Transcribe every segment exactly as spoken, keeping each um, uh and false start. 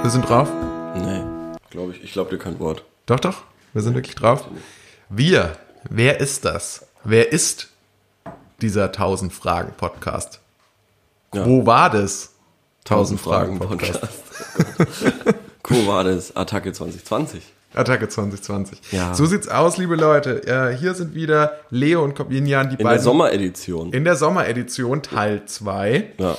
Wir sind drauf? Nee, glaube ich. Ich glaube dir kein Wort. Doch, doch. Wir sind wirklich drauf. Wir. Wer ist das? Wer ist dieser tausend-Fragen-Podcast? Ja. Wo war das? tausend-Fragen-Podcast. Wo war das? Attacke zwanzig zwanzig. Attacke zwanzig zwanzig. Ja. So sieht's aus, liebe Leute. Äh, hier sind wieder Leo und Corbinian, die In beiden. der Sommeredition. In der Sommeredition, Teil zwei. Ja.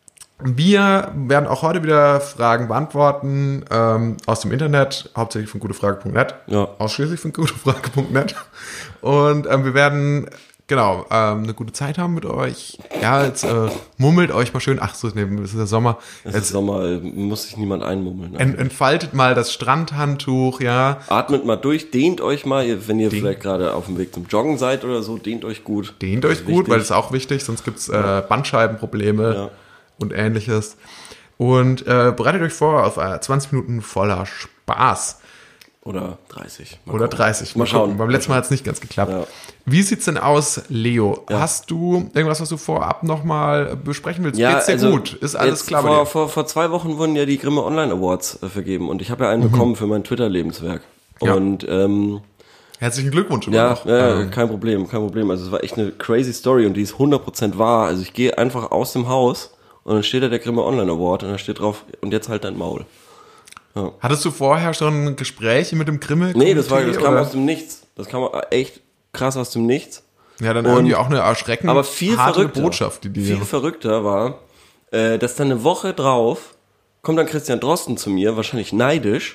Wir werden auch heute wieder Fragen beantworten ähm, aus dem Internet, hauptsächlich von gutefrage punkt net, Ja. ausschließlich von gutefrage punkt net. Und ähm, wir werden, genau, ähm, eine gute Zeit haben mit euch. Ja, jetzt äh, mummelt euch mal schön, ach so, nee, es ist der Sommer. Es Jetzt ist Sommer, muss sich niemand einmummeln. ent, entfaltet mal das Strandhandtuch, ja. Atmet mal durch, dehnt euch mal, ihr- wenn ihr vielleicht gerade auf dem Weg zum Joggen seid oder so, dehnt euch gut. Dehnt Das euch ist gut, wichtig. weil das ist auch wichtig, sonst gibt's äh, Bandscheibenprobleme Ja. und ähnliches. Und äh, bereitet euch vor auf äh, zwanzig Minuten voller Spaß. Oder dreißig. Mal Oder gucken. dreißig. Mal schauen. gucken. Beim letzten Mal hat es nicht ganz geklappt. Ja. Wie sieht's denn aus, Leo? Ja. Hast du irgendwas, was du vorab nochmal besprechen willst? Ja, Geht's dir also gut? Ist alles jetzt klar bei vor, dir? vor, vor zwei Wochen wurden ja die Grimme Online Awards äh, vergeben und ich habe ja einen bekommen für mein Twitter-Lebenswerk. Mhm. Ja. Und ähm, Herzlichen Glückwunsch immer ja, noch. ja Ähm, kein Problem, kein Problem. Also es war echt eine crazy Story und die ist hundert Prozent wahr. Also ich gehe einfach aus dem Haus und dann steht da der Grimme Online Award und da steht drauf, und jetzt halt dein Maul. Hattest du vorher schon Gespräche mit dem Grimme? Nee, das war das kam oder? aus dem Nichts. Das kam echt krass aus dem Nichts. Ja, dann und- irgendwie auch eine erschreckend Aber viel harte verrückter, Botschaft, die die viel verrückter war, äh, dass dann eine Woche drauf kommt dann Christian Drosten zu mir, wahrscheinlich neidisch,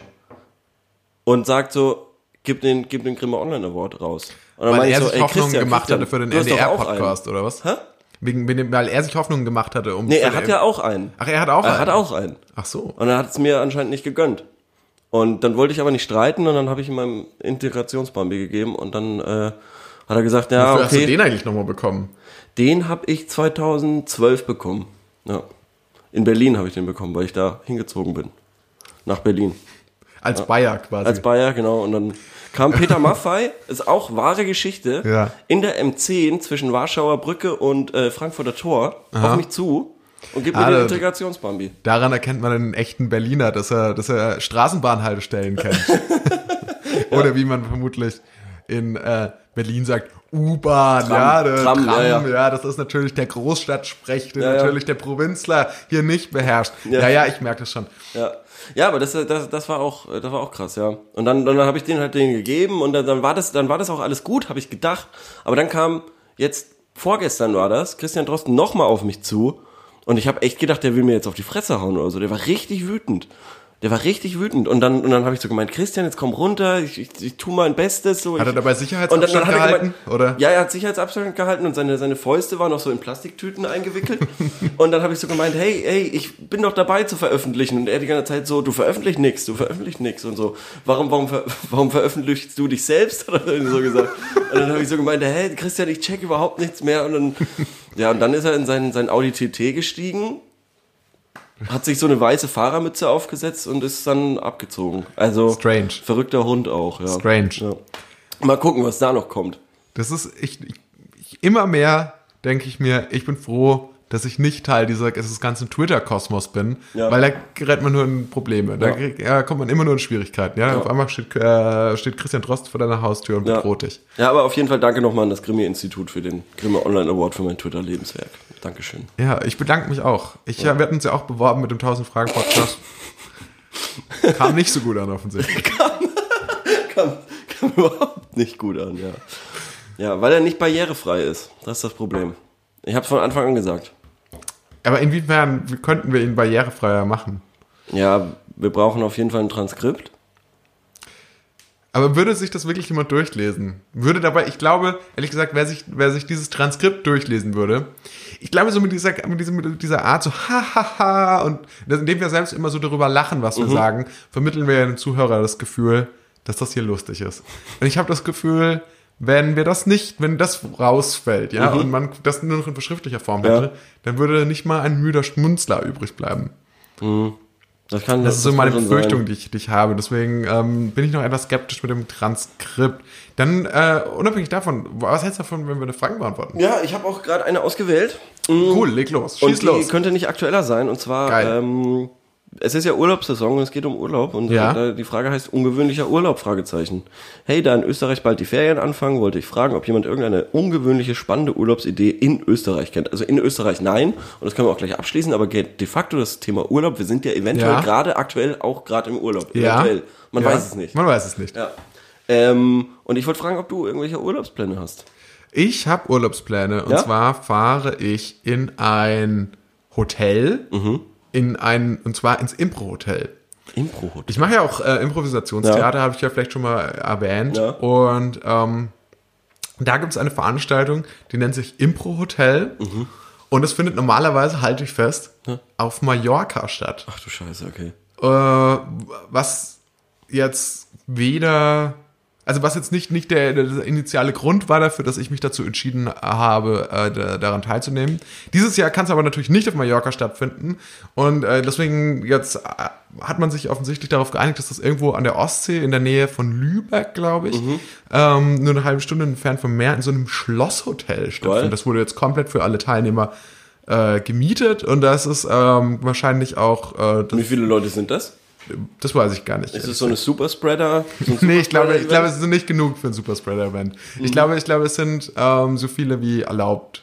und sagt so, gib den, gib den Grimme Online Award raus. Und dann weil meine er ich so, sich ey, Hoffnungen Christian, gemacht Christian, hatte für den du hast N D doch auch R-Podcast, oder was? einen. Hä? Wegen, wegen- weil er sich Hoffnungen gemacht hatte, um... Nee, für er den- hat ja auch einen. Ach, er hat auch Er einen? hat auch einen. Ach so. Und er hat es mir anscheinend nicht gegönnt. Und dann wollte ich aber nicht streiten und dann habe ich ihm meinen Integrationsbambi gegeben und dann äh, hat er gesagt, ja, Wofür hast du okay, den eigentlich nochmal bekommen? den habe ich zweitausendzwölf bekommen. Ja. In Berlin habe ich den bekommen, weil ich da hingezogen bin. Nach Berlin. Als Bayer quasi. Als Bayer, genau. Und dann kam Peter Maffay, ist auch wahre Geschichte, Ja. in der M zehn zwischen Warschauer Brücke und äh, Frankfurter Tor auf mich zu und gibt mir Ah, den da- Integrationsbambi. Daran erkennt man einen echten Berliner, dass er, dass er Straßenbahnhaltestellen kennt. Oder wie man vermutlich in äh, Berlin sagt, U-Bahn, Tram, ja, der Tram, Tram, ja, ja, ja. das ist natürlich der Großstadtsprech, den Ja, ja. natürlich der Provinzler hier nicht beherrscht. Ja, Ja. ja, ich merke das schon. Ja, ja, aber das, das, das war auch, das war auch krass, ja. Und dann, dann habe ich den halt den gegeben und dann, dann war das, dann war das auch alles gut, habe ich gedacht. Aber dann kam jetzt vorgestern war das Christian Drosten nochmal auf mich zu und ich habe echt gedacht, der will mir jetzt auf die Fresse hauen oder so. Der war richtig wütend. Der war richtig wütend und dann und dann habe ich so gemeint, Christian, jetzt komm runter, ich, ich, ich tu mein Bestes. So, Hat er ich, dabei und Sicherheitsabstand dann, dann hat er gehalten? gemeint, oder? Ja, er hat Sicherheitsabstand gehalten und seine, seine Fäuste waren noch so in Plastiktüten eingewickelt. Und dann habe ich so gemeint, hey, hey, ich bin doch dabei zu veröffentlichen. Und er die ganze Zeit so, du veröffentlichst nix, du veröffentlichst nix und so. Warum, warum, ver, warum veröffentlichst du dich selbst? Hat er irgendwie so gesagt. Und dann habe ich so gemeint, hey, Christian, ich check überhaupt nichts mehr. Und dann, ja, und dann ist er in sein, sein Audi T T gestiegen, hat sich so eine weiße Fahrermütze aufgesetzt und ist dann abgezogen. Also Strange. verrückter Hund auch, ja. Strange. Ja. Mal gucken, was da noch kommt. Das ist, ich, ich, ich immer mehr denke ich mir, ich bin froh, dass ich nicht Teil dieser, dieses ganzen Twitter-Kosmos bin, Ja. weil da gerät man nur in Probleme. Da Ja. krieg- ja, kommt man immer nur in Schwierigkeiten. Ja? Ja. Auf einmal steht, äh, steht Christian Drost vor deiner Haustür und Ja. bedroht dich. Ja, aber auf jeden Fall danke nochmal an das Grimme-Institut für den Grimme Online Award für mein Twitter-Lebenswerk. Dankeschön. Ja, ich bedanke mich auch. Ich, ja. Wir hatten uns ja auch beworben mit dem tausend-Fragen-Podcast. Kam nicht so gut an, offensichtlich. Kam, kam überhaupt nicht gut an, ja. Ja, weil er nicht barrierefrei ist. Das ist das Problem. Ich habe es von Anfang an gesagt. Aber inwiefern wie könnten wir ihn barrierefreier machen? Ja, wir brauchen auf jeden Fall ein Transkript. Aber würde sich das wirklich jemand durchlesen? Würde dabei, ich glaube, ehrlich gesagt, wer sich, wer sich dieses Transkript durchlesen würde, ich glaube, so mit dieser, mit dieser, mit dieser Art, so ha, ha, ha, und indem wir selbst immer so darüber lachen, was wir Mhm. sagen, vermitteln wir ja dem Zuhörer das Gefühl, dass das hier lustig ist. Und ich habe das Gefühl, wenn wir das nicht, wenn das rausfällt, ja, Mhm. und man das nur noch in verschriftlicher Form Ja. hätte, dann würde nicht mal ein müder Schmunzler übrig bleiben. Das kann Das ist so kann meine schon Befürchtung, sein. die ich, die ich habe. Deswegen ähm, bin ich noch etwas skeptisch mit dem Transkript. Dann, äh, unabhängig davon, was hältst du davon, wenn wir eine Frage beantworten? Ja, ich habe auch gerade eine ausgewählt. Cool, leg los, schieß Und die los. könnte nicht aktueller sein. Und zwar, Geil. ähm, es ist ja Urlaubssaison und es geht um Urlaub und Ja. die Frage heißt ungewöhnlicher Urlaub, Fragezeichen. Hey, da in Österreich bald die Ferien anfangen, wollte ich fragen, ob jemand irgendeine ungewöhnliche, spannende Urlaubsidee in Österreich kennt. Also in Österreich nein, und das können wir auch gleich abschließen, aber de facto das Thema Urlaub, wir sind ja eventuell Ja. gerade aktuell auch gerade im Urlaub. Ja. Eventuell. Man ja. weiß es nicht. Man weiß es nicht. Ja. Ähm, und ich wollte fragen, ob du irgendwelche Urlaubspläne hast. Ich habe Urlaubspläne und Ja? zwar fahre ich in ein Hotel, Mhm. in ein, und zwar ins Impro-Hotel. Impro-Hotel. Ich mache ja auch äh, Improvisationstheater, habe ich ja vielleicht schon mal erwähnt. Ja. Und ähm, da gibt es eine Veranstaltung, die nennt sich Impro-Hotel. Mhm. Und das findet normalerweise, halte ich fest, Ja. auf Mallorca statt. Ach du Scheiße, okay. Äh, was jetzt weder, also was jetzt nicht, nicht der, der initiale Grund war dafür, dass ich mich dazu entschieden habe, äh, da, daran teilzunehmen. Dieses Jahr kann es aber natürlich nicht auf Mallorca stattfinden und äh, deswegen jetzt äh, hat man sich offensichtlich darauf geeinigt, dass das irgendwo an der Ostsee in der Nähe von Lübeck, glaube ich, Mhm. ähm, nur eine halbe Stunde entfernt vom Meer in so einem Schlosshotel stattfindet. Geil. Das wurde jetzt komplett für alle Teilnehmer äh, gemietet und das ist ähm, wahrscheinlich auch äh, das, Wie viele Leute sind das? das weiß ich gar nicht. Ist es so eine Superspreader? So ein Nee, ich glaube, ich Superspreader-Event? glaube, es sind nicht genug für ein Superspreader-Event. Mhm. Ich glaube, ich glaube, es sind ähm, so viele, wie erlaubt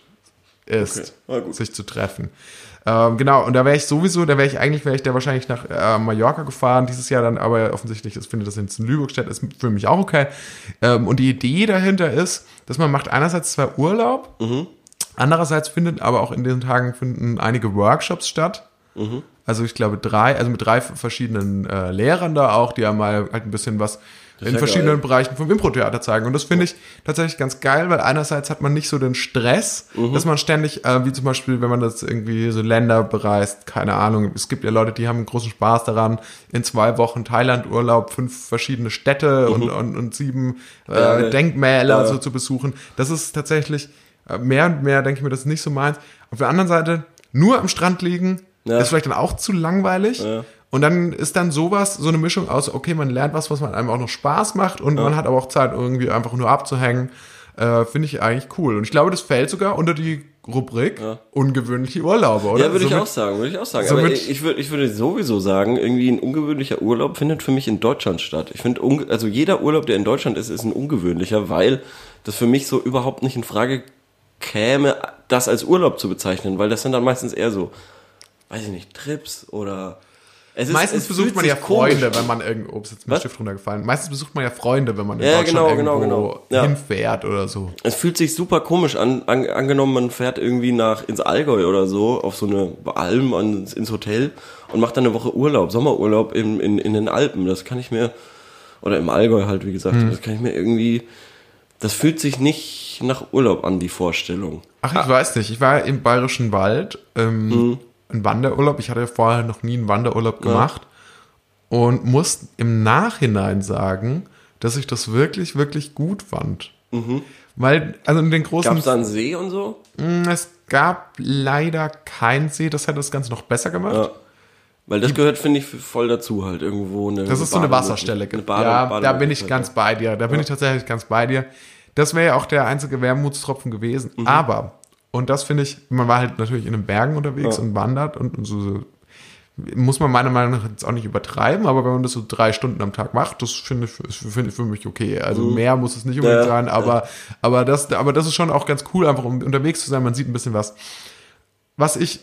ist, Okay. Ah, gut. sich zu treffen. Ähm, genau, und da wäre ich sowieso, da wäre ich eigentlich, wäre ich da wahrscheinlich nach äh, Mallorca gefahren, dieses Jahr dann aber offensichtlich, das findet das jetzt in Lübeck statt, ist für mich auch okay. Ähm, und die Idee dahinter ist, dass man macht einerseits zwar Urlaub, Mhm. andererseits findet aber auch in diesen Tagen finden einige Workshops statt. Mhm. Also ich glaube drei, also mit drei verschiedenen äh, Lehrern da auch, die ja mal halt ein bisschen was in ja verschiedenen geil. Bereichen vom Impro-Theater zeigen. Und das finde ich tatsächlich ganz geil, weil einerseits hat man nicht so den Stress, Mhm. dass man ständig, äh, wie zum Beispiel, wenn man das irgendwie so Länder bereist, keine Ahnung, es gibt ja Leute, die haben großen Spaß daran, in zwei Wochen Thailand-Urlaub fünf verschiedene Städte und, und, und sieben äh, Ja, okay. Denkmäler Ja. so zu besuchen. Das ist tatsächlich äh, mehr und mehr, denke ich mir, das ist nicht so meins. Auf der anderen Seite, nur am Strand liegen, Ja. ist vielleicht dann auch zu langweilig. Ja. Und dann ist dann sowas, so eine Mischung aus, okay, man lernt was, was man einem auch noch Spaß macht und man hat aber auch Zeit, irgendwie einfach nur abzuhängen. Äh, Finde ich eigentlich cool. Und ich glaube, das fällt sogar unter die Rubrik Ja. ungewöhnliche Urlaube, oder? Ja, würde ich Somit- auch sagen, würde ich auch sagen. Aber somit- ich, ich, würd, ich würde sowieso sagen, irgendwie ein ungewöhnlicher Urlaub findet für mich in Deutschland statt. Ich finde, unge- also jeder Urlaub, der in Deutschland ist, ist ein ungewöhnlicher, weil das für mich so überhaupt nicht in Frage käme, das als Urlaub zu bezeichnen, weil das sind dann meistens eher so, weiß ich nicht, Trips oder... Es ist, Meistens es besucht fühlt man sich ja komisch Freunde, an. wenn man irgendwo, ups, jetzt ist mir Was? der Stift runtergefallen. Meistens besucht man ja Freunde, wenn man in Ja, Deutschland genau, irgendwo genau, genau. Ja. hinfährt oder so. Es fühlt sich super komisch an, an, angenommen man fährt irgendwie nach ins Allgäu oder so, auf so eine Alm ans, ins Hotel und macht dann eine Woche Urlaub, Sommerurlaub in, in, in den Alpen. Das kann ich mir, oder im Allgäu halt, wie gesagt, Hm. das kann ich mir irgendwie, das fühlt sich nicht nach Urlaub an, die Vorstellung. Ach, ich weiß nicht. Ich war im Bayerischen Wald, ähm, Mhm. ein Wanderurlaub. Ich hatte ja vorher noch nie einen Wanderurlaub gemacht und muss im Nachhinein sagen, dass ich das wirklich, wirklich gut fand. Weil, also in den großen... Gab es da einen See und so? Mm, Es gab leider keinen See, das hätte das Ganze noch besser gemacht. Ja. Weil das gehört, finde ich, voll dazu halt, irgendwo eine Das ist so eine Bademöglichkeit- Wasserstelle. Eine Bade, ja, da bin ich Bademöglichkeit, ganz bei dir. Da bin ich tatsächlich ganz bei dir. Das wäre ja auch der einzige Wermutstropfen gewesen. Mhm. Aber, und das finde ich, man war halt natürlich in den Bergen unterwegs Ja. und wandert und, und so, so, muss man meiner Meinung nach jetzt auch nicht übertreiben, aber wenn man das so drei Stunden am Tag macht, das finde ich, ist finde ich für mich okay. Also mehr muss es nicht unbedingt Mhm. Ja, sein, aber, aber, das, aber das ist schon auch ganz cool, einfach um unterwegs zu sein. Man sieht ein bisschen was. Was ich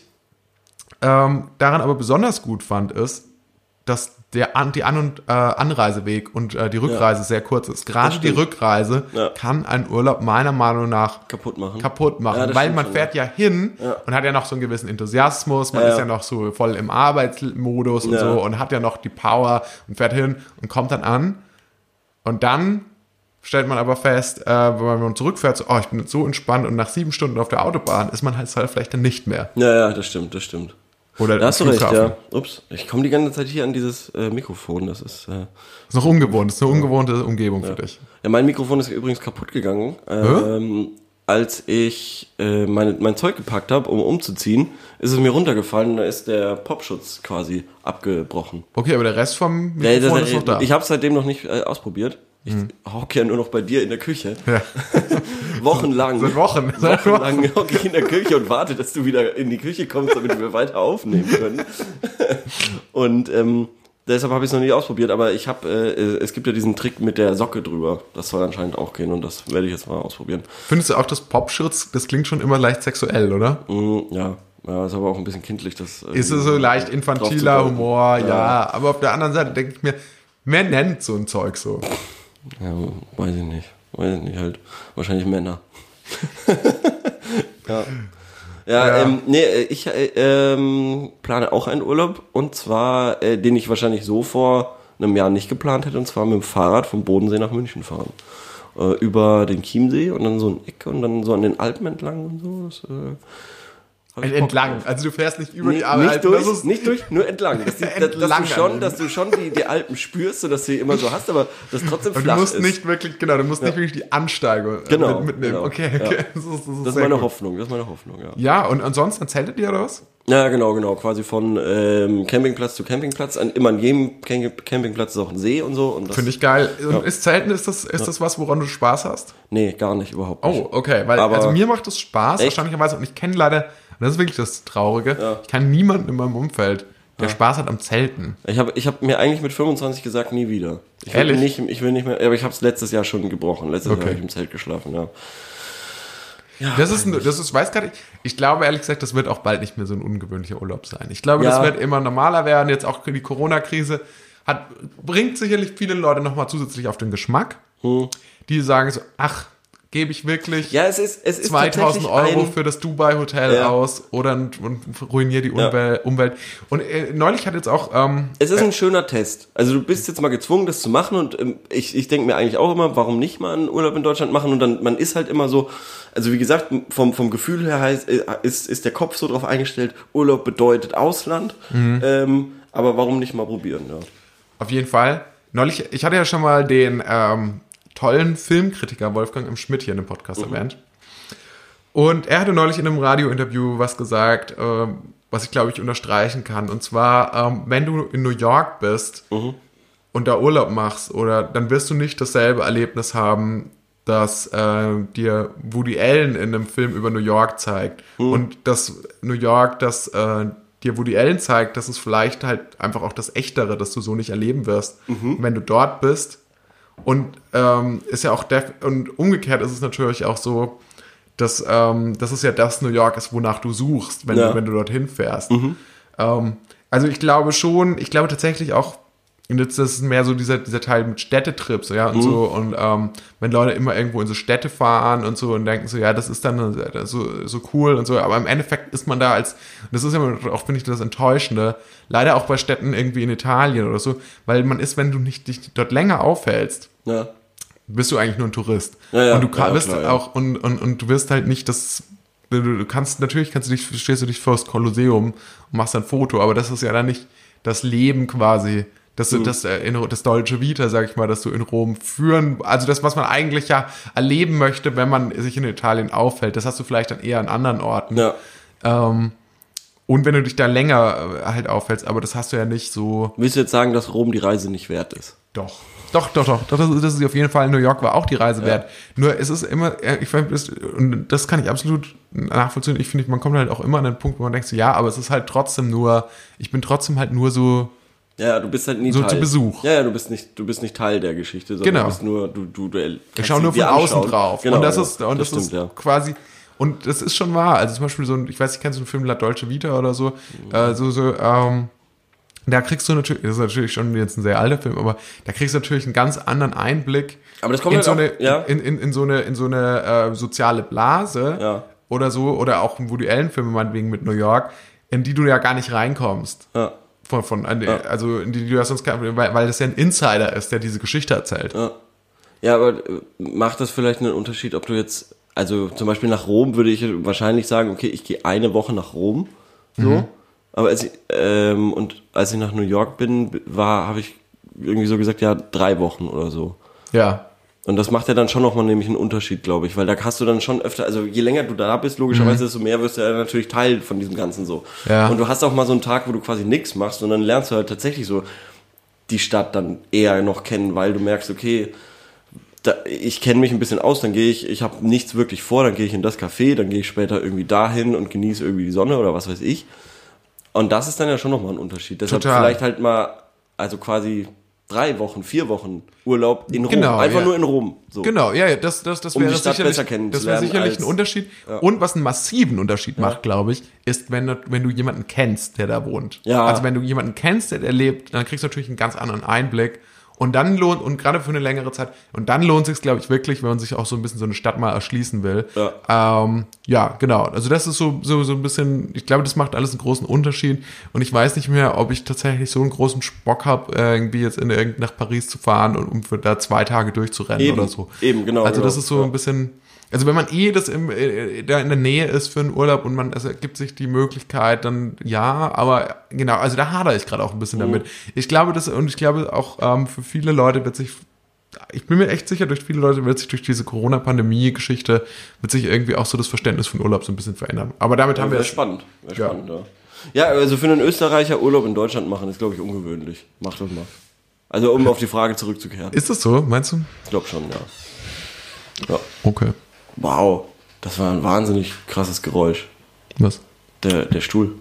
ähm, daran aber besonders gut fand, ist, dass der An die An- und äh, Anreiseweg und äh, die Rückreise sehr kurz ist. Gerade die stimmt. Rückreise Ja. kann einen Urlaub meiner Meinung nach kaputt machen. kaputt machen, Ja, das weil stimmt man schon, fährt ja hin Ja. und hat ja noch so einen gewissen Enthusiasmus, man Ja, ist ja. ja noch so voll im Arbeitsmodus und Ja. so und hat ja noch die Power und fährt hin und kommt dann an und dann stellt man aber fest, äh, wenn man zurückfährt, so, oh, ich bin jetzt so entspannt und nach sieben Stunden auf der Autobahn ist man halt, halt vielleicht dann nicht mehr. Ja, ja, das stimmt, das stimmt. Oder Da hast du im recht, Flughafen. ja. Ups, ich komme die ganze Zeit hier an dieses äh, Mikrofon, das ist... Äh, Ist noch ungewohnt, ist eine ungewohnte Umgebung für dich. Ja, mein Mikrofon ist übrigens kaputt gegangen, ähm, als ich äh, meine, mein Zeug gepackt habe, um umzuziehen, ist es mir runtergefallen und da ist der Popschutz quasi abgebrochen. Okay, aber der Rest vom Ja, Mikrofon das, ist noch da. ich habe es seitdem noch nicht äh, ausprobiert. Ich mhm. hocke ja nur noch bei dir in der Küche. Ja. Wochenlang. Seit Wochen. Wochenlang hocke ich in der Küche und warte, dass du wieder in die Küche kommst, damit wir weiter aufnehmen können. Und ähm, deshalb habe ich es noch nie ausprobiert, aber ich habe, äh, es gibt ja diesen Trick mit der Socke drüber. Das soll anscheinend auch gehen und das werde ich jetzt mal ausprobieren. Findest du auch das Popschutz, das klingt schon immer leicht sexuell, oder? Mm, ja. Ja, ist aber auch ein bisschen kindlich. Das, äh, ist es so leicht infantiler Humor, ja. ja. Aber auf der anderen Seite denke ich mir, wer nennt so ein Zeug so? Ja, weiß ich nicht. Weiß ich nicht, halt. Wahrscheinlich Männer. ja. Ja, ja. Ähm, nee, ich äh, ähm, plane auch einen Urlaub und zwar, äh, den ich wahrscheinlich so vor einem Jahr nicht geplant hätte, und zwar mit dem Fahrrad vom Bodensee nach München fahren. Äh, über den Chiemsee und dann so ein Eck und dann so an den Alpen entlang und so. Das, äh, entlang, also du fährst nicht über nee, die Alpen. Nicht durch, das ist nicht durch, nur entlang. Dass, die, entlang dass du schon, dass du schon die, die Alpen spürst, sodass du sie immer so hast, aber das trotzdem aber flach ist. Du musst nicht wirklich, genau, du musst ja. nicht wirklich die Ansteigung genau, mit, mitnehmen. Genau. Okay, okay. Ja. Das ist, das ist, das ist meine gut. Hoffnung, das ist meine Hoffnung, ja. Ja, und ansonsten zeltet ihr oder was? Ja, genau, genau, quasi von ähm, Campingplatz zu Campingplatz. An, immer an jedem Campingplatz ist auch ein See und so. Finde ich geil. Und ja. ist Zelten, ist das, ist ja. das was, woran du Spaß hast? Nee, gar nicht, überhaupt nicht. Oh, okay, weil aber also mir macht das Spaß, echt? Wahrscheinlicherweise, und ich kenne leider, und das ist wirklich das Traurige, ja. ich kenne niemanden in meinem Umfeld, der ja. Spaß hat am Zelten. Ich habe ich hab mir eigentlich mit fünfundzwanzig gesagt, nie wieder. Ich will Ehrlich? Nicht, ich will nicht mehr, aber ich habe es letztes Jahr schon gebrochen. Letztes okay. Jahr habe ich im Zelt geschlafen, ja. Ja, das ist, das ist, weiß gar nicht, ich glaube ehrlich gesagt, das wird auch bald nicht mehr so ein ungewöhnlicher Urlaub sein. Ich glaube, ja. das wird immer normaler werden. Jetzt auch die Corona-Krise hat, bringt sicherlich viele Leute nochmal zusätzlich auf den Geschmack, hm. die sagen so, ach, gebe ich wirklich ja, es ist, es ist zweitausend Euro für das Dubai-Hotel ja. aus oder und, und ruiniere die Umwel- ja. Umwelt. Und äh, neulich hat jetzt auch... Ähm, es ist äh, ein schöner Test. Also du bist jetzt mal gezwungen, das zu machen und ähm, ich, ich denke mir eigentlich auch immer, warum nicht mal einen Urlaub in Deutschland machen und dann, man ist halt immer so, also wie gesagt, vom, vom Gefühl her heißt, ist, ist der Kopf so drauf eingestellt, Urlaub bedeutet Ausland, mhm. ähm, aber warum nicht mal probieren, ja. Auf jeden Fall. Neulich, ich hatte ja schon mal den... Ähm, tollen Filmkritiker Wolfgang M. Schmidt hier in dem Podcast mhm. erwähnt. Und er hatte neulich in einem Radiointerview was gesagt, äh, was ich, glaube ich, unterstreichen kann. Und zwar, ähm, wenn du in New York bist mhm. und da Urlaub machst, oder dann wirst du nicht dasselbe Erlebnis haben, das äh, dir Woody Allen in einem Film über New York zeigt. Mhm. Und das New York, das äh, dir Woody Allen zeigt, das ist vielleicht halt einfach auch das Echtere, das du so nicht erleben wirst. Mhm. Wenn du dort bist, und ähm, ist ja auch def- und umgekehrt ist es natürlich auch so, dass ähm, das ist ja das New York ist, wonach du suchst, wenn ja. du wenn du dorthin fährst. Mhm. Ähm, also ich glaube schon, ich glaube tatsächlich auch, und jetzt ist es mehr so dieser dieser Teil mit Städtetrips, ja und mhm. so und ähm, wenn Leute immer irgendwo in so Städte fahren und so und denken so, ja, das ist dann so so cool und so, aber im Endeffekt ist man da als, das ist ja auch, finde ich, das Enttäuschende, leider auch bei Städten irgendwie in Italien oder so, weil man ist, wenn du nicht dich dort länger aufhältst, ja. bist du eigentlich nur ein Tourist. Ja, ja, und du kann, ja, bist klar, ja. auch und, und, und du wirst halt nicht das, du, du kannst, natürlich kannst du dich, stehst du dich vor das Kolosseum und machst ein Foto, aber das ist ja dann nicht das Leben quasi, das, mhm. das, das, das Dolce Vita, sag ich mal, dass du in Rom führen, also das, was man eigentlich ja erleben möchte, wenn man sich in Italien aufhält, das hast du vielleicht dann eher an anderen Orten. Ja. Ähm, und wenn du dich da länger halt aufhältst, aber das hast du ja nicht so. Willst du jetzt sagen, dass Rom die Reise nicht wert ist? Doch. Doch, doch, doch, doch, das ist, das ist auf jeden Fall, New York war auch die Reise ja. wert. Nur es ist immer, ich finde, das, und das kann ich absolut nachvollziehen, ich finde, man kommt halt auch immer an den Punkt, wo man denkt so, ja, aber es ist halt trotzdem nur, ich bin trotzdem halt nur so, ja, du bist halt nie so Teil. zu Besuch. Ja, ja, du bist nicht, du bist nicht Teil der Geschichte, sondern genau. du bist nur, du, du, du ich schau nur von außen drauf. Genau, und das ja, ist, und das, das ist stimmt, ja. quasi, und das ist schon wahr, also zum Beispiel so ein, ich weiß, ich kenne so einen Film La Dolce Vita oder so, mhm. äh, so, so, ähm, da kriegst du natürlich, das ist natürlich schon jetzt ein sehr alter Film, aber da kriegst du natürlich einen ganz anderen Einblick aber das kommt in, halt so auch, eine, ja. in, in, in so eine, in so eine äh, soziale Blase ja. oder so, oder auch Woody Allen-Filme meinetwegen mit New York, in die du ja gar nicht reinkommst. Ja. Von, von, ja. Also in die du ja sonst gar, weil, weil das ja ein Insider ist, der diese Geschichte erzählt. Ja, ja, aber macht das vielleicht einen Unterschied, ob du jetzt, also zum Beispiel nach Rom würde ich wahrscheinlich sagen, okay, ich gehe eine Woche nach Rom, so. Mhm. Aber als ich, ähm, und als ich nach New York bin, war, habe ich irgendwie so gesagt, ja, drei Wochen oder so. Ja. Und das macht ja dann schon nochmal nämlich einen Unterschied, glaube ich, weil da hast du dann schon öfter, also je länger du da bist, logischerweise, mhm. desto mehr wirst du ja natürlich Teil von diesem Ganzen so. Ja. Und du hast auch mal so einen Tag, wo du quasi nichts machst und dann lernst du halt tatsächlich so die Stadt dann eher noch kennen, weil du merkst, okay, da, ich kenne mich ein bisschen aus, dann gehe ich, ich habe nichts wirklich vor, dann gehe ich in das Café, dann gehe ich später irgendwie dahin und genieße irgendwie die Sonne oder was weiß ich. Und das ist dann ja schon nochmal ein Unterschied. Deshalb Total. vielleicht halt mal, also quasi drei Wochen, vier Wochen Urlaub in Rom. Genau, Einfach ja. nur in Rom. So. Genau, ja, ja, das, das, das Um wäre die Stadt sicherlich, besser das wäre kennenzulernen sicherlich als- ein Unterschied. Ja. Und was einen massiven Unterschied macht, glaube ich, ist, wenn du, wenn du jemanden kennst, der da wohnt. Ja. Also wenn du jemanden kennst, der da lebt, dann kriegst du natürlich einen ganz anderen Einblick. Und dann lohnt, und gerade für eine längere Zeit, und dann lohnt sich glaube ich, wirklich, wenn man sich auch so ein bisschen so eine Stadt mal erschließen will. Ja, ähm, ja genau. Also das ist so, so, so ein bisschen, ich glaube, das macht alles einen großen Unterschied. Und ich weiß nicht mehr, ob ich tatsächlich so einen großen Bock habe, irgendwie jetzt in, irgend- nach Paris zu fahren und um für da zwei Tage durchzurennen Eben, oder so. eben, genau, Also das genau. ist so Ja. ein bisschen, also wenn man eh das im, äh, da in der Nähe ist für einen Urlaub und man, es ergibt sich die Möglichkeit, dann ja, aber genau, also da hadere ich gerade auch ein bisschen Mhm. damit. Ich glaube, das, und ich glaube auch ähm, für viele Leute wird sich, ich bin mir echt sicher, durch viele Leute wird sich durch diese Corona-Pandemie-Geschichte, wird sich irgendwie auch so das Verständnis von Urlaub so ein bisschen verändern. Aber damit haben wir Wäre es. spannend. Wäre Ja. spannend, ja. Ja, also für einen Österreicher Urlaub in Deutschland machen, ist, glaube ich, ungewöhnlich. Mach das mal. Also, um auf die Frage zurückzukehren. Ist das so, meinst du? Ich glaube schon, ja. Ja. Okay. Wow, das war ein wahnsinnig krasses Geräusch. Was? Der, der Stuhl.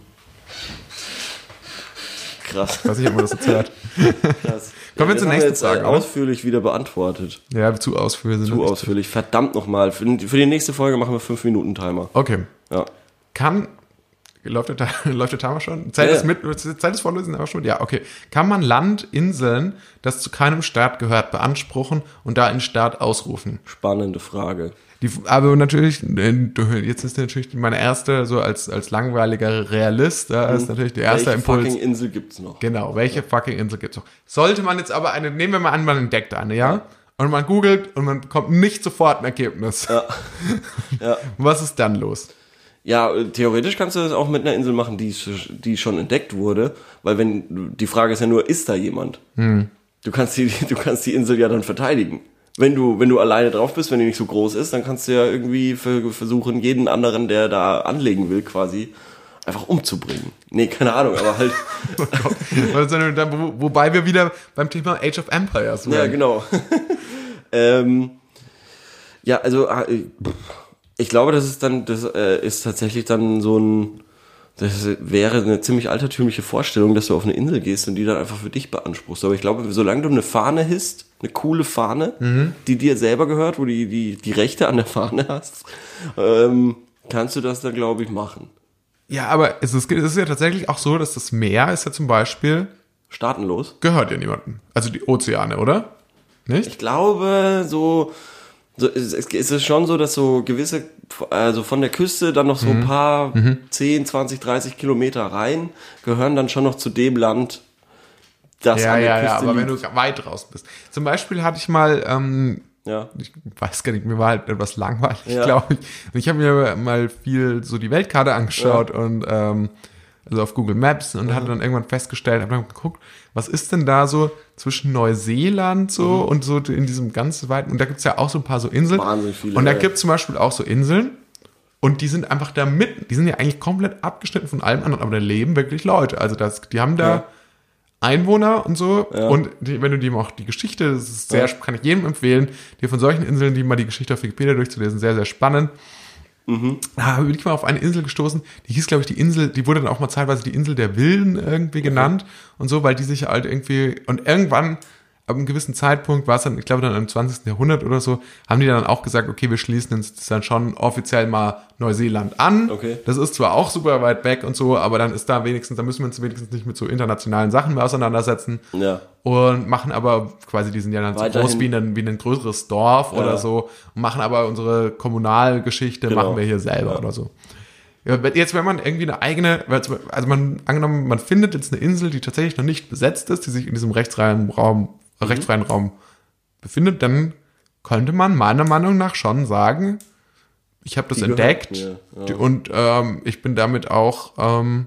Krass. Weiß nicht, ob man das jetzt hört. Krass. Kommen wir das zur haben nächsten jetzt, Frage, äh, oder? ausführlich wieder beantwortet. Ja, zu ausführlich. Zu ausführlich. Verdammt nochmal. Für, für die nächste Folge machen wir fünf Minuten Timer. Okay. Ja. Kann, läuft der, Ta- läuft der Timer schon? Zeit Ja, ist ja. mit, Zeit ist vorlesen, aber schon? Ja, okay. Kann man Land, Inseln, das zu keinem Staat gehört, beanspruchen und da einen Staat ausrufen? Spannende Frage. Die, aber natürlich, äh, jetzt ist natürlich meine erste, so als, als langweiliger Realist, da ist natürlich der erste Welche Impuls. fucking Insel gibt's noch? Genau, welche fucking Insel gibt's noch? Sollte man jetzt aber eine, nehmen wir mal an, man entdeckt eine, ja? Und man googelt und man bekommt nicht sofort ein Ergebnis. Ja. Ja. Was ist dann los? Ja, äh, theoretisch kannst du das auch mit einer Insel machen, die, sch- die schon entdeckt wurde, weil wenn, die Frage ist ja nur, ist da jemand? Hm. Du kannst die, du kannst die Insel ja dann verteidigen. Wenn du, wenn du alleine drauf bist, wenn die nicht so groß ist, dann kannst du ja irgendwie für, versuchen, jeden anderen, der da anlegen will, quasi einfach umzubringen. Nee, keine Ahnung, aber halt. Also, dann, wo, wobei wir wieder beim Thema Age of Empires Ja, wären. genau. ähm, ja, also äh, ich glaube, das ist dann, das äh, ist tatsächlich dann so ein, das wäre eine ziemlich altertümliche Vorstellung, dass du auf eine Insel gehst und die dann einfach für dich beanspruchst. Aber ich glaube, solange du eine Fahne hisst, eine coole Fahne, Mhm. die dir selber gehört, wo du die, die, die Rechte an der Fahne hast, ähm, kannst du das dann, glaube ich, machen. Ja, aber es ist, es ist ja tatsächlich auch so, dass das Meer ist ja zum Beispiel, Staatenlos. gehört ja niemandem. Also die Ozeane, oder? Nicht? Ich glaube, so, so ist, ist es schon so, dass so gewisse, also von der Küste dann noch so Mhm. ein paar zehn, zwanzig, dreißig Kilometer rein, gehören dann schon noch zu dem Land, das Ja, an der ja, ja, Küste aber wenn liegt. du weit raus bist. Zum Beispiel hatte ich mal, ähm, Ja. ich weiß gar nicht, mir war halt etwas langweilig, Ja. glaube ich. Und ich habe mir mal viel so die Weltkarte angeschaut und ähm, also auf Google Maps und hatte dann irgendwann festgestellt, habe dann geguckt, was ist denn da so zwischen Neuseeland so Mhm. und so in diesem ganz weiten, und da gibt's ja auch so ein paar so Inseln. Wahnsinnig viele, Und da ja. gibt's zum Beispiel auch so Inseln und die sind einfach da mitten, die sind ja eigentlich komplett abgeschnitten von allem anderen, aber da leben wirklich Leute. Also das, die haben da Ja. Einwohner und so. Ja. Und die, wenn du dir auch die Geschichte, das ist sehr, Ja. kann ich jedem empfehlen, dir von solchen Inseln, die mal die Geschichte auf Wikipedia durchzulesen, sehr, sehr spannend. Mhm. Da bin ich mal auf eine Insel gestoßen, die hieß, glaube ich, die Insel, die wurde dann auch mal zeitweise die Insel der Wilden irgendwie genannt und so, weil die sich halt irgendwie, und irgendwann, ab einem gewissen Zeitpunkt, war es dann, ich glaube dann im zwanzigsten Jahrhundert oder so, haben die dann auch gesagt, okay, wir schließen uns dann schon offiziell mal Neuseeland an. Okay. Das ist zwar auch super weit weg und so, aber dann ist da wenigstens, da müssen wir uns wenigstens nicht mit so internationalen Sachen mehr auseinandersetzen. Ja. Und machen aber quasi, die sind ja dann so Weiterhin- groß wie ein, wie ein größeres Dorf Ja. oder so, und machen aber unsere Kommunalgeschichte, Genau. machen wir hier selber Ja. oder so. Ja, wenn- jetzt, wenn man irgendwie eine eigene, also man, angenommen, man findet jetzt eine Insel, die tatsächlich noch nicht besetzt ist, die sich in diesem rechtsfreien Raum, Mhm. rechtsfreien Raum befindet, dann könnte man meiner Meinung nach schon sagen, ich habe das Die gehört entdeckt mir, ja. die- und ähm, ich bin damit auch ähm,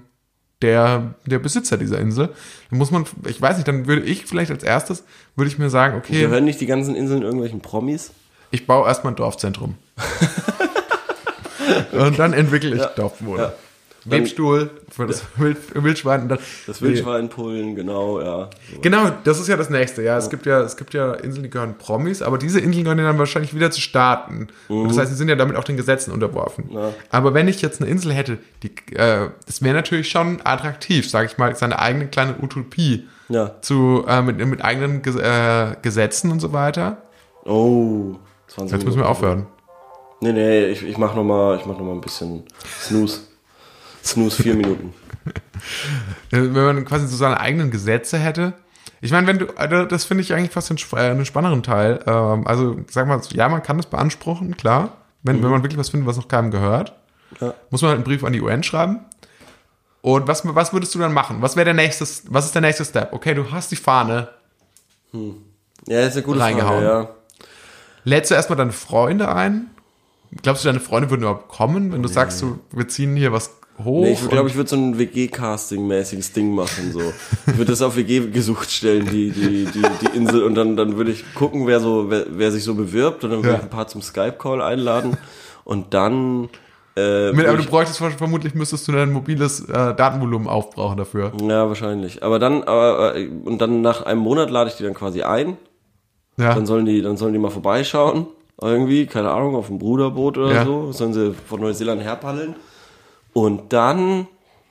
der, der Besitzer dieser Insel. Dann muss man, ich weiß nicht, dann würde ich vielleicht als erstes, würde ich mir sagen, okay, Gehören nicht die ganzen Inseln irgendwelchen Promis? ich baue erstmal ein Dorfzentrum. Und dann entwickle ich Ja. Dorfbewohner. Ja. Webstuhl für das Wild, Wildschwein. Und dann, Das Wildschwein pullen, genau, ja. So. Genau, das ist ja das Nächste. Ja, es gibt ja, es gibt ja Inseln, die gehören Promis, aber diese Inseln gehören ja dann wahrscheinlich wieder zu Staaten. Mhm. Und das heißt, sie sind ja damit auch den Gesetzen unterworfen. Ja. Aber wenn ich jetzt eine Insel hätte, die, äh, das wäre natürlich schon attraktiv, sage ich mal, seine eigene kleine Utopie Ja. zu äh, mit, mit eigenen Ges äh, Gesetzen und so weiter. Oh, zwanzig Jetzt müssen wir aufhören. Nee, nee, ich, ich mach nochmal mach noch mal ein bisschen Snooze. Snooze, vier Minuten. Wenn man quasi so seine eigenen Gesetze hätte. Ich meine, wenn du, also das finde ich eigentlich fast den, äh, einen spannenderen Teil. Ähm, also, sag mal, ja, man kann das beanspruchen, klar. Wenn, mhm. wenn man wirklich was findet, was noch keinem gehört, ja. muss man halt einen Brief an die U N schreiben. Und was, was würdest du dann machen? Was wäre der nächste, was ist der nächste Step? Okay, du hast die Fahne hm. Ja, das ist eine gute reingehauen. Frage, ja. Lädst du erstmal deine Freunde ein? Glaubst du, deine Freunde würden überhaupt kommen, wenn du nee. sagst, so, wir ziehen hier was hoch? Nee, ich glaube, ich würde so ein W G-Casting-mäßiges Ding machen. So. Ich würde das auf W G gesucht stellen, die, die, die, die Insel, und dann, dann würde ich gucken, wer, so, wer, wer sich so bewirbt, und dann würde ja. ich ein paar zum Skype-Call einladen und dann... Äh, Mit, aber du bräuchtest vermutlich, müsstest du dein mobiles äh, Datenvolumen aufbrauchen dafür. Ja, wahrscheinlich. Aber dann, aber, und dann nach einem Monat lade ich die dann quasi ein. Ja. Dann sollen die, dann sollen die mal vorbeischauen. Irgendwie, keine Ahnung, auf dem Bruderboot oder ja. so. Sollen sie von Neuseeland herpaddeln. Und dann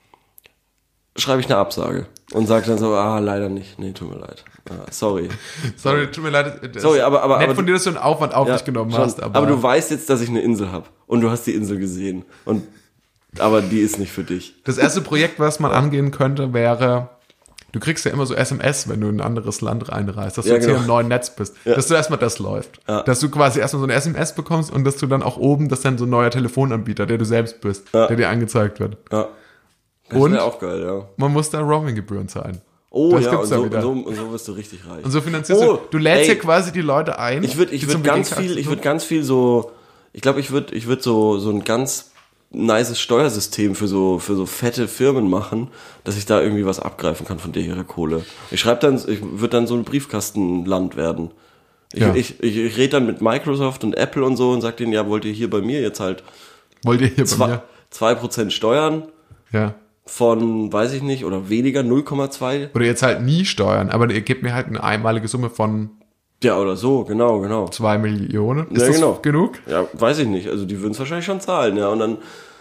schreibe ich eine Absage. Und sage dann so, ah, leider nicht. Nee, tut mir leid. Ah, sorry. Sorry, tut mir leid. Sorry, aber, aber, nett aber von dir, dass du einen Aufwand auf ja, dich genommen schon, hast. Aber, aber du weißt jetzt, dass ich eine Insel habe. Und du hast die Insel gesehen. Und, aber die ist nicht für dich. Das erste Projekt, was man angehen könnte, wäre... Du kriegst ja immer so S M S, wenn du in ein anderes Land reinreist, dass du ja, jetzt genau. hier im neuen Netz bist. Ja. Dass du erstmal das läuft. Ja. Dass du quasi erstmal so eine S M S bekommst und dass du dann auch oben, dass dann so ein neuer Telefonanbieter, der du selbst bist, ja. der dir angezeigt wird. Ja. Das wäre auch geil, ja. Man muss da Roaming-Gebühren zahlen. Oh das ja, und so, und, so, und so wirst du richtig reich. Und so finanzierst oh, du, du lädst hier quasi die Leute ein. Ich würde ich würd ganz viel, ich würde ganz viel so, ich glaube, ich würde ich würd so, so ein ganz nices Steuersystem für so für so fette Firmen machen, dass ich da irgendwie was abgreifen kann von der ihrer Kohle. Ich schreibe dann, ich würde dann so ein Briefkastenland werden. Ich, ja. ich, ich, ich rede dann mit Microsoft und Apple und so und sag denen, ja, wollt ihr hier bei mir jetzt halt wollt ihr hier bei mir zwei Prozent Steuern? Ja. Von, weiß ich nicht, oder weniger, null Komma zwei. Oder jetzt halt nie Steuern, aber ihr gebt mir halt eine einmalige Summe von ja, oder so, genau, genau. Zwei Millionen? Ist ja, das genau. genug? Ja, weiß ich nicht. Also die würden es wahrscheinlich schon zahlen, ja. Und dann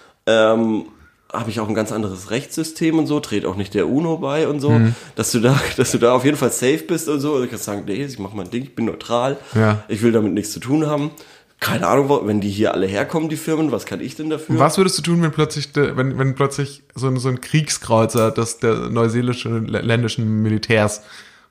ähm, habe ich auch ein ganz anderes Rechtssystem und so, dreht auch nicht der UNO bei und so, mhm. dass du da, dass du da auf jeden Fall safe bist und so. Und du kannst sagen, nee, ich mach mein Ding, ich bin neutral, ja. ich will damit nichts zu tun haben. Keine Ahnung, wenn die hier alle herkommen, die Firmen, was kann ich denn dafür? Was würdest du tun, wenn plötzlich, wenn, wenn plötzlich so ein, so ein Kriegskreuzer des der neuseelischen ländischen Militärs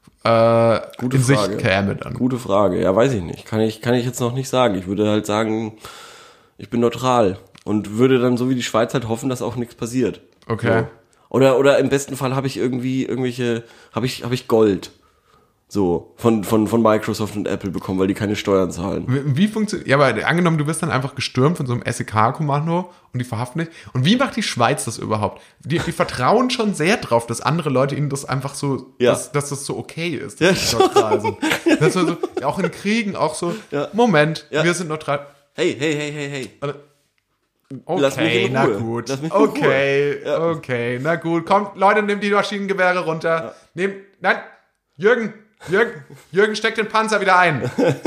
äh, Gute in Frage. Sicht käme dann? Gute Frage, ja, weiß ich nicht. Kann ich, kann ich jetzt noch nicht sagen. Ich würde halt sagen, ich bin neutral und würde dann so wie die Schweiz halt hoffen, dass auch nichts passiert. Okay. So. Oder, oder im besten Fall habe ich irgendwie irgendwelche, habe ich, habe ich Gold. So, von, von, von Microsoft und Apple bekommen, weil die keine Steuern zahlen. Wie, wie funktioniert, ja, aber angenommen, du wirst dann einfach gestürmt von so einem S E K-Kommando und die verhaften dich. Und wie macht die Schweiz das überhaupt? Die, die vertrauen schon sehr drauf, dass andere Leute ihnen das einfach so, ja. dass, dass das so okay ist, dass ja. sie neutral sind. Dass wir so, auch in Kriegen auch so, ja. Moment, ja. wir sind neutral. Hey, hey, hey, hey, hey. Okay, Lass mich in Ruhe. na gut. Lass mich in okay, Ruhe. Ja. okay, na gut. Kommt, Leute, nehmt die Maschinengewehre runter. Ja. Nehmt, nein, Jürgen, Jürgen, Jürgen, steck den Panzer wieder ein.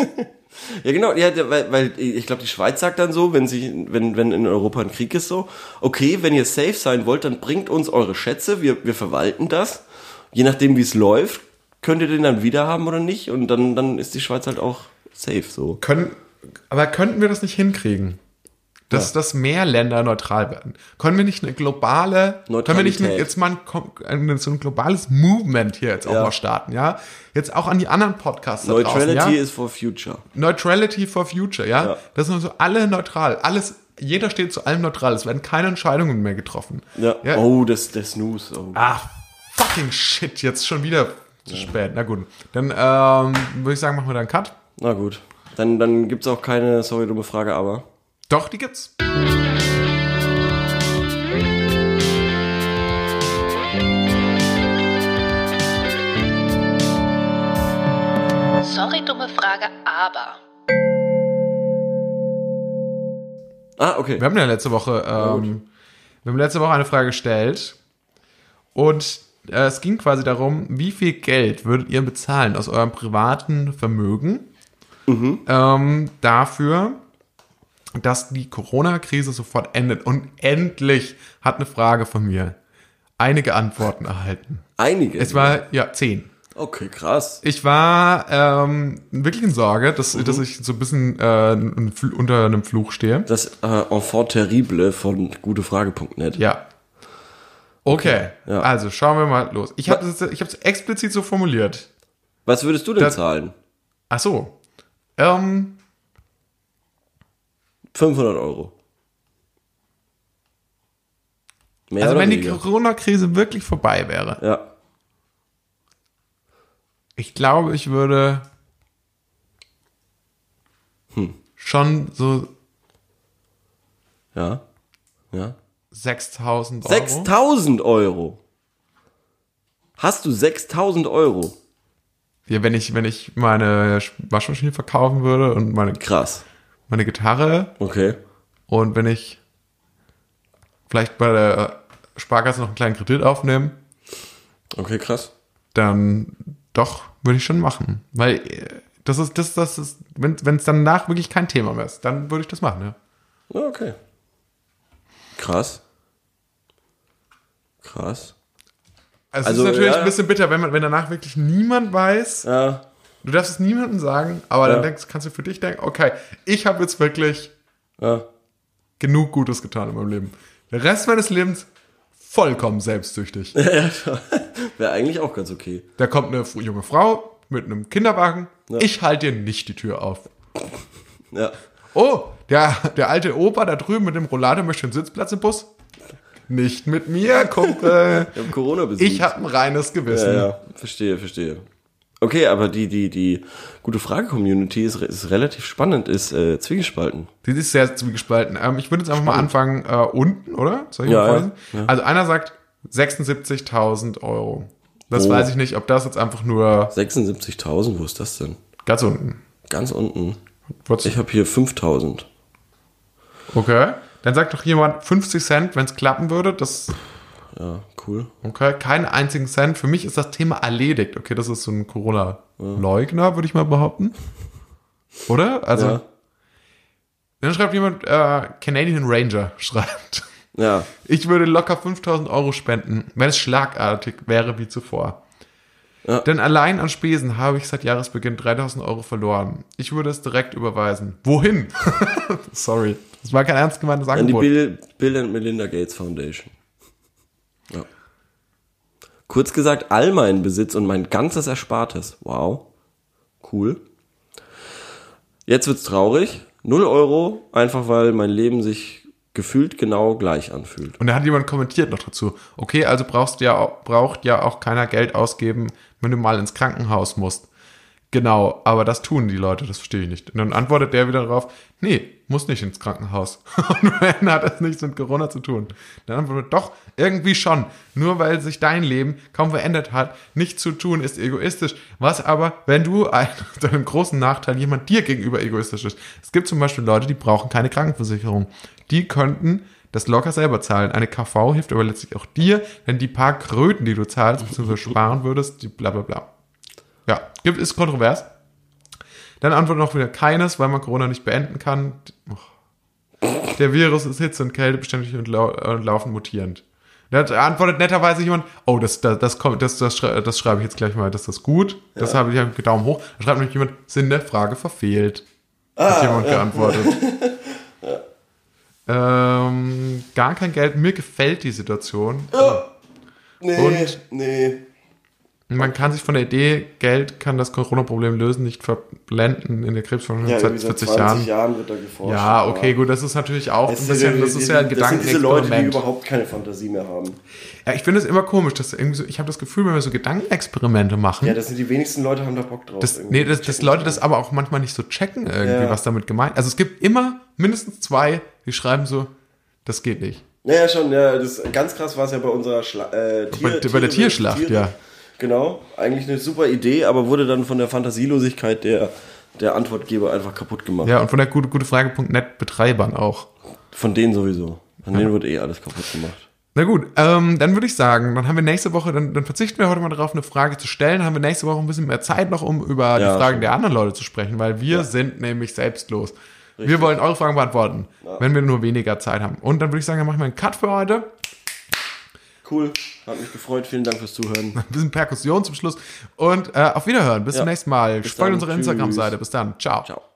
Ja, genau, ja, weil, weil ich glaube, die Schweiz sagt dann so, wenn sie, wenn, wenn in Europa ein Krieg ist, so, okay, wenn ihr safe sein wollt, dann bringt uns eure Schätze, wir, wir verwalten das. Je nachdem, wie es läuft, könnt ihr den dann wieder haben oder nicht. Und dann, dann ist die Schweiz halt auch safe, so. Können, aber könnten wir das nicht hinkriegen? Dass, ja. dass mehr Länder neutral werden. Können wir nicht eine globale, können wir nicht jetzt mal ein, so ein globales Movement hier jetzt auch ja. mal starten, ja? Jetzt auch an die anderen Podcasts da Neutrality draußen, ja? is for future. Neutrality for future, ja? ja. Das sind so alle neutral, alles, jeder steht zu allem neutral, es werden keine Entscheidungen mehr getroffen. Ja. ja? Oh, das, der Snooze. Oh. Ah, fucking shit, jetzt schon wieder zu ja. spät. Na gut, dann ähm, würde ich sagen, machen wir da einen Cut. Na gut, dann, dann gibt's auch keine, sorry, dumme Frage, aber... Doch, die gibt's. Sorry, dumme Frage, aber. Ah, okay. Wir haben ja letzte Woche ähm, Wir haben letzte Woche eine Frage gestellt und äh, es ging quasi darum, wie viel Geld würdet ihr bezahlen aus eurem privaten Vermögen mhm. ähm, dafür, dass die Corona-Krise sofort endet. Und endlich hat eine Frage von mir einige Antworten erhalten. Einige? Es war, ja, zehn. Okay, krass. Ich war ähm, wirklich in Sorge, dass, mhm. dass ich so ein bisschen äh, unter einem Fluch stehe. Das äh, Enfant terrible von gutefrage punkt net. Ja. Okay, okay. Ja. Also schauen wir mal los. Ich habe es ich hab's explizit so formuliert. Was würdest du denn das, zahlen? Ach so. Ähm, fünfhundert Euro. Mehr also oder wenn weniger? die Corona-Krise wirklich vorbei wäre. Ja. Ich glaube, ich würde hm. schon so ja, ja. sechstausend Euro. sechstausend Euro? Hast du sechstausend Euro? Ja, wenn ich, wenn ich meine Waschmaschine verkaufen würde und meine, krass. meine Gitarre. Okay. Und wenn ich vielleicht bei der Sparkasse noch einen kleinen Kredit aufnehme. Okay, krass. Dann doch, würde ich schon machen. Weil das ist, das, das ist, wenn wenn es danach wirklich kein Thema mehr ist, dann würde ich das machen, ja. Okay. Krass. Krass. Also, also es ist natürlich ja, ein bisschen bitter, wenn man, wenn danach wirklich niemand weiß. Ja. Du darfst es niemandem sagen, aber ja. dann denkst, kannst du für dich denken, okay, ich habe jetzt wirklich ja. genug Gutes getan in meinem Leben. Der Rest meines Lebens vollkommen selbstsüchtig. Ja, wäre eigentlich auch ganz okay. Da kommt eine junge Frau mit einem Kinderwagen. Ja. Ich halte dir nicht die Tür auf. Ja. Oh, der, der alte Opa da drüben mit dem Rollator möchte einen Sitzplatz im Bus. Nicht mit mir, Kumpel. Wir haben Corona besiegt. Ich habe ein reines Gewissen. Ja, ja, verstehe, verstehe. Okay, aber die, die, die gute Frage-Community ist, ist relativ spannend, ist äh, zwiegespalten. Die ist sehr zwiegespalten. Ähm, ich würde jetzt einfach Spannend. mal anfangen äh, unten, oder? Soll ich Ja, mal vorlesen? ja, ja. Also einer sagt sechsundsiebzigtausend Euro. Das Oh. weiß ich nicht, ob das jetzt einfach nur sechsundsiebzigtausend, wo ist das denn? ganz unten. Ganz unten. Was? Ich habe hier fünftausend. Okay. Dann sagt doch jemand fünfzig Cent, wenn es klappen würde. Das Ja, cool. okay, keinen einzigen Cent. Für mich ist das Thema erledigt. Okay, das ist so ein Corona-Leugner, würde ich mal behaupten. Oder? Also, Ja. dann schreibt jemand, äh, Canadian Ranger schreibt. Ja. Ich würde locker fünftausend Euro spenden, wenn es schlagartig wäre wie zuvor. Ja. Denn allein an Spesen habe ich seit Jahresbeginn dreitausend Euro verloren. Ich würde es direkt überweisen. Wohin? Sorry, das war kein ernst gemeintes An die Angebot. Bill, Bill and Melinda Gates Foundation. Ja. Kurz gesagt, all mein Besitz und mein ganzes Erspartes. Wow. Cool. Jetzt wird's traurig. Null Euro, einfach weil mein Leben sich gefühlt genau gleich anfühlt. Und da hat jemand kommentiert noch dazu. Okay, also brauchst du ja auch, braucht ja auch keiner Geld ausgeben, wenn du mal ins Krankenhaus musst. Genau, aber das tun die Leute, das verstehe ich nicht. Und dann antwortet der wieder darauf, nee, muss nicht ins Krankenhaus. Und wenn, hat das nichts mit Corona zu tun. Dann antwortet doch, irgendwie schon. Nur weil sich dein Leben kaum verändert hat, nichts zu tun ist egoistisch. Was aber, wenn du ein, zu einem großen Nachteil jemand dir gegenüber egoistisch ist. Es gibt zum Beispiel Leute, die brauchen keine Krankenversicherung. Die könnten das locker selber zahlen. Eine K V hilft aber letztlich auch dir, denn die paar Kröten, die du zahlst, bzw. sparen würdest, die bla bla bla. Ja, gibt, ist kontrovers. Dann antwortet noch wieder keines, weil man Corona nicht beenden kann. Der Virus ist hitze- und kältebeständig und, lau- und laufend mutierend. Da antwortet netterweise jemand, oh, das, das, das, kommt, das, das, schrei- das schreibe ich jetzt gleich mal, das ist das gut. Das Ja. habe ich einen Daumen hoch. Da schreibt nämlich jemand, Sinn der Frage verfehlt. Hat Ah, jemand ja. geantwortet. ähm, gar kein Geld. Mir gefällt die Situation. Nee, Und- nee. Man kann sich von der Idee, Geld kann das Corona-Problem lösen, nicht verblenden in der Krebsforschung Ja, seit irgendwie seit vierzig zwanzig Jahren. Jahren wird da geforscht. Ja, okay, gut, das ist natürlich auch ein Es bisschen, das ist ja ein Das sind diese Leute, die Gedankenexperiment. überhaupt keine Fantasie mehr haben. Ja, ich finde es immer komisch, dass irgendwie so, ich habe das Gefühl, wenn wir so Gedankenexperimente machen, Ja, das sind die wenigsten Leute haben da Bock drauf. das, irgendwie. nee, dass, dass Checken Leute die das nicht. aber auch manchmal nicht so checken irgendwie, Ja. was damit gemeint. Also es gibt immer mindestens zwei, die schreiben so, das geht nicht. Ja, ja, schon, ja, das ganz krass war es ja bei unserer Schla äh, Tier, Bei- bei der Tiere- Tierschlacht, Tiere. ja. Genau, eigentlich eine super Idee, aber wurde dann von der Fantasielosigkeit der, der Antwortgeber einfach kaputt gemacht. Ja, und von der gute, gute Frage.net Betreibern auch. Von denen sowieso. An denen wird eh alles kaputt gemacht. Na gut, ähm, dann würde ich sagen, dann haben wir nächste Woche, dann, dann verzichten wir heute mal darauf, eine Frage zu stellen, dann haben wir nächste Woche ein bisschen mehr Zeit noch, um über Ja, die Fragen schon. der anderen Leute zu sprechen, weil wir Ja. sind nämlich selbstlos. Wir Richtig. wollen eure Fragen beantworten, Ja. wenn wir nur weniger Zeit haben. Und dann würde ich sagen, dann machen wir einen Cut für heute. Cool, hat mich gefreut, vielen Dank fürs Zuhören. Ein bisschen Perkussion zum Schluss. Und äh, auf Wiederhören. Bis Ja. zum nächsten Mal. Bis Folgt dann. unserer Tschüss. Instagram-Seite. Bis dann. Ciao. Ciao.